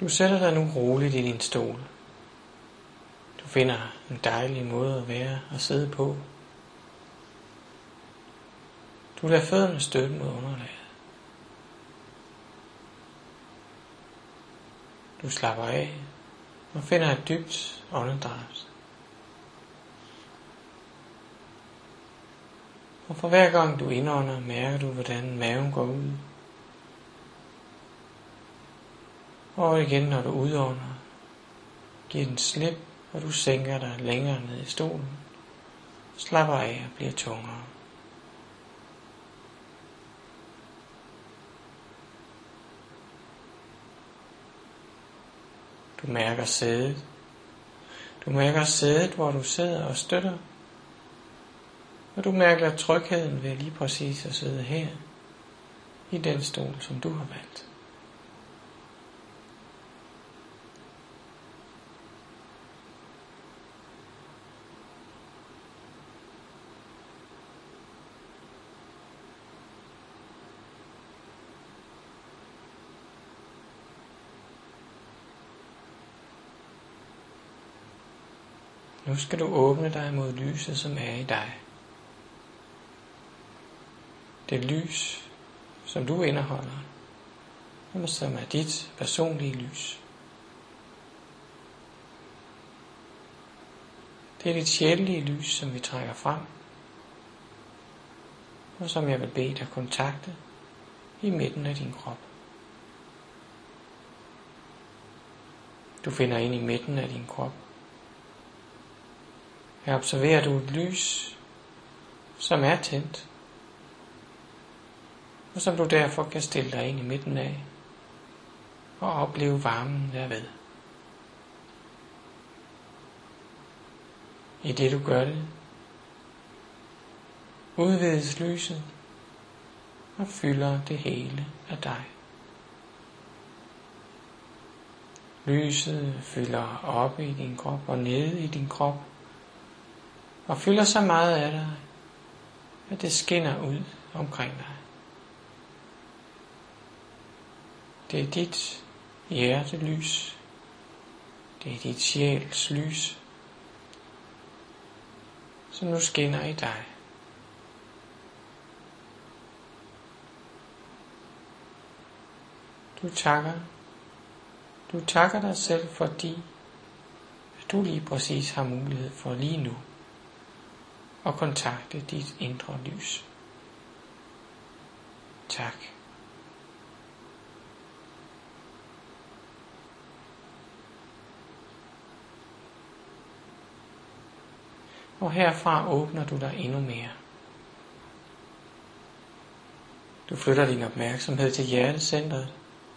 Du sætter dig nu roligt i din stol. Du finder en dejlig måde at være og sidde på. Du lader fødderne støtte mod underlaget. Du slapper af og finder et dybt åndedræt. Og for hver gang du indånder, mærker du, hvordan maven går ud. Og igen, når du udånder, giver den slip, og du sænker dig længere ned i stolen. Slapper af og bliver tungere. Du mærker sædet. Du mærker sædet, hvor du sidder og støtter. Og du mærker trygheden ved lige præcis at sidde her, i den stol, som du har valgt. Nu skal du åbne dig mod lyset, som er i dig. Det lys, som du indeholder, som er dit personlige lys. Det er dit sjælelige lys, som vi trækker frem, og som jeg vil bede dig kontakte i midten af din krop. Du finder ind i midten af din krop. Her observerer du et lys, som er tændt, og som du derfor kan stille dig ind i midten af, og opleve varmen derved. I det du gør det, udvides lyset og fylder det hele af dig. Lyset fylder op i din krop og nede i din krop, og fylder så meget af dig, at det skinner ud omkring dig. Det er dit hjertelys. Det er dit sjæls lys, som nu skinner i dig. Du takker dig selv, fordi at du lige præcis har mulighed for lige nu at kontakte dit indre lys. Tak. Og herfra åbner du dig endnu mere. Du flytter din opmærksomhed til hjertecentret,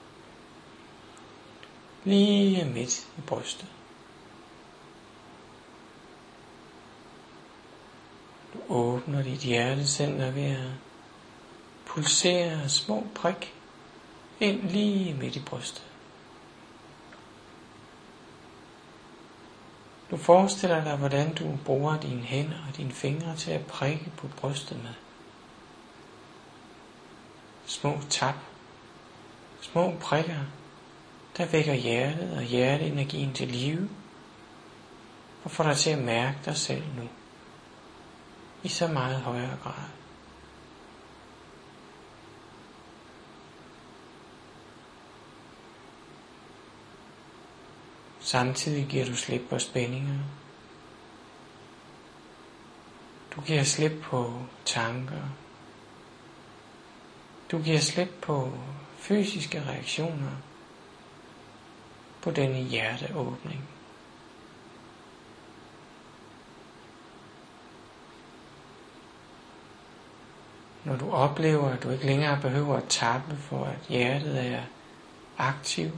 lige midt i brystet. Du åbner dit hjertecenter ved at pulsere små prik ind lige midt i brystet. Du forestiller dig, hvordan du bruger dine hænder og dine fingre til at prikke på brystet med. Små tap, små prikker, der vækker hjertet og hjerteenergien til live, og får dig til at mærke dig selv nu, i så meget højere grad. Samtidig giver du slip på spændinger. Du giver slip på tanker. Du giver slip på fysiske reaktioner på denne hjerteåbning. Når du oplever, at du ikke længere behøver at tappe for, at hjertet er aktivt,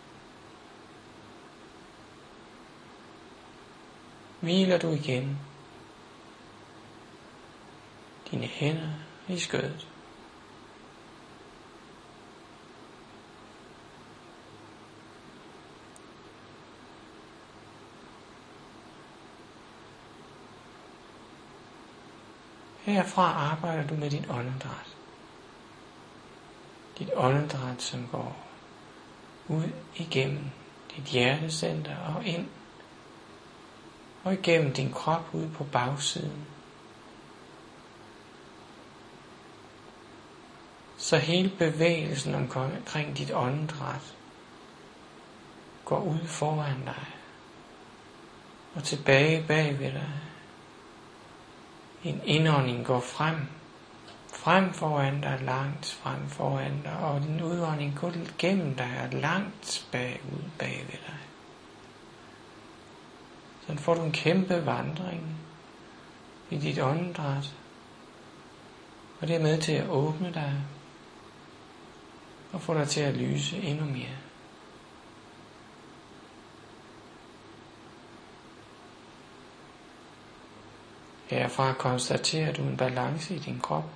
hviler du igen dine hænder i skødet. Herfra arbejder du med dit åndedræt. Dit åndedræt, som går ud igennem dit hjertecenter og ind, og igennem din krop ud på bagsiden. Så hele bevægelsen omkring dit åndedræt går ud foran dig og tilbage bag ved dig. En indånding går frem foran dig, langt frem foran dig, og din udånding går gennem dig og langt bagud bag ved dig. Så får du en kæmpe vandring i dit åndedræt, og det er med til at åbne dig og få dig til at lyse endnu mere. Herfra konstaterer du en balance i din krop.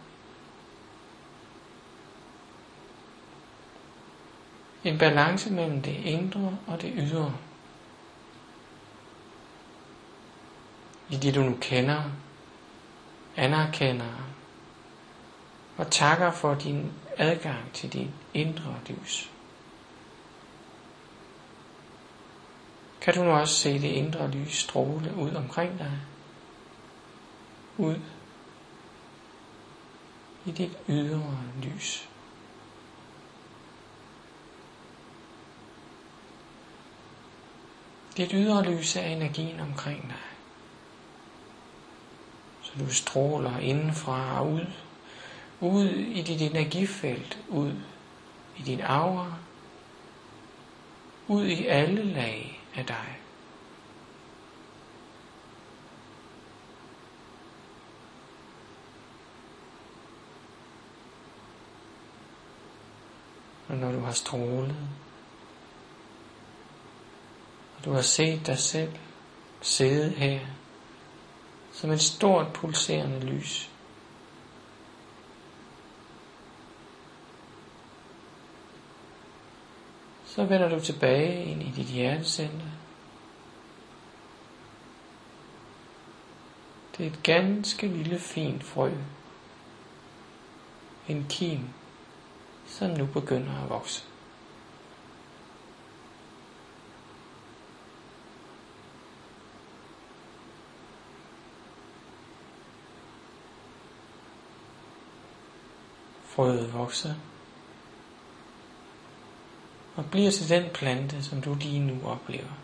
En balance mellem det indre og det ydre. I det du nu kender, anerkender og takker for din adgang til dit indre lys. Kan du nu også se det indre lys stråle ud omkring dig? Ud i dit ydre lys. Dit ydre lys er energien omkring dig. Så du stråler indenfra og ud i dit energifelt, ud i din aura, ud i alle lag af dig. Og når du har strålet, og du har set dig selv sidde her som et stort pulserende lys, så vender du tilbage ind i dit hjertecenter. Det er et ganske lille fint frø. En kim, som nu begynder at vokse. Frøet vokser og bliver til den plante, som du lige nu oplever.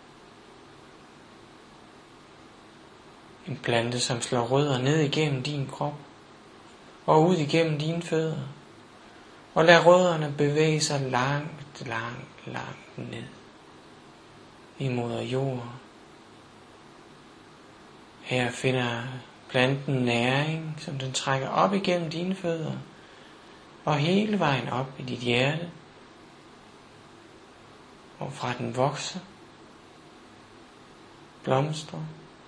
En plante, som slår rødder ned igennem din krop og ud igennem dine fødder, og lad rødderne bevæge sig langt ned imod jord. Her finder planten næring, som den trækker op igennem dine fødder og hele vejen op i dit hjerte, og fra den vokser, blomstrer,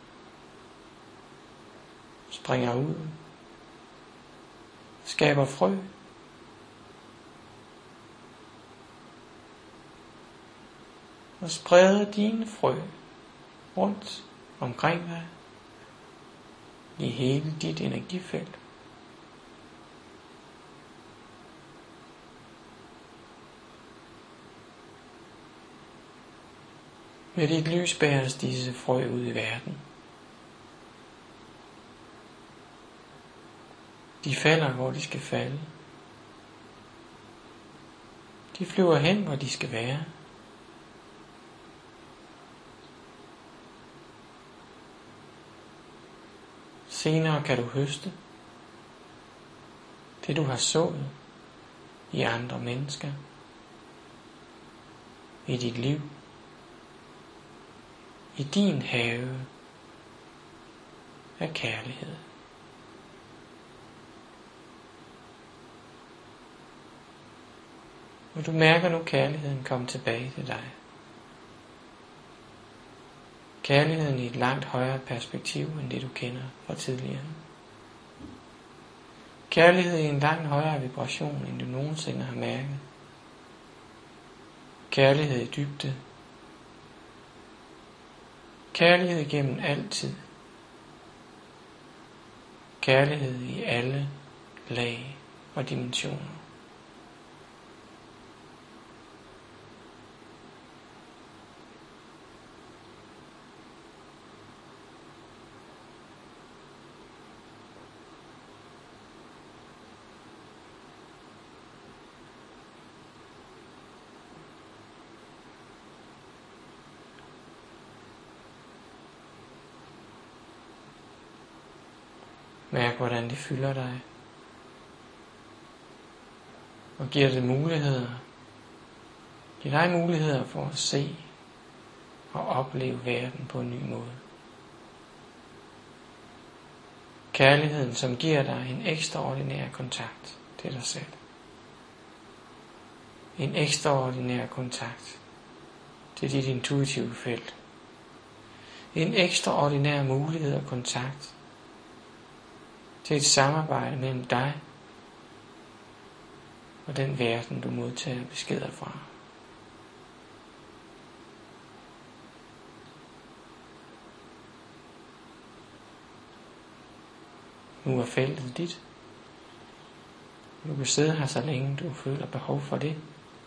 springer ud, skaber frø, og spreder dine frø rundt omkring dig i hele dit energifelt. Med dit lys bæres disse frø ud i verden. De falder, hvor de skal falde. De flyver hen, hvor de skal være. Senere kan du høste det, du har sået i andre mennesker, i dit liv, i din have af kærlighed. Og du mærker nu kærligheden komme tilbage til dig. Kærligheden i et langt højere perspektiv, end det du kender fra tidligere. Kærlighed i en langt højere vibration, end du nogensinde har mærket. Kærlighed i dybde. Kærlighed gennem altid. Kærlighed i alle lag og dimensioner. Mærk, hvordan det fylder dig. Og giver det muligheder. Giv dig muligheder for at se og opleve verden på en ny måde. Kærligheden, som giver dig en ekstraordinær kontakt til dig selv. En ekstraordinær kontakt til dit intuitive felt. En ekstraordinær mulighed og kontakt til et samarbejde mellem dig og den verden, du modtager beskeder fra. Nu er feltet dit. Du kan sidde her, så længe du føler behov for det.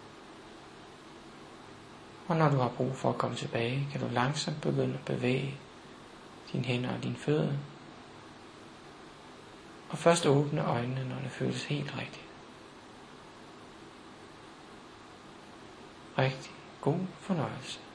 Og når du har brug for at komme tilbage, kan du langsomt begynde at bevæge dine hænder og dine fødder. Og først åbne øjnene, når det føles helt rigtigt. Rigtig god fornøjelse.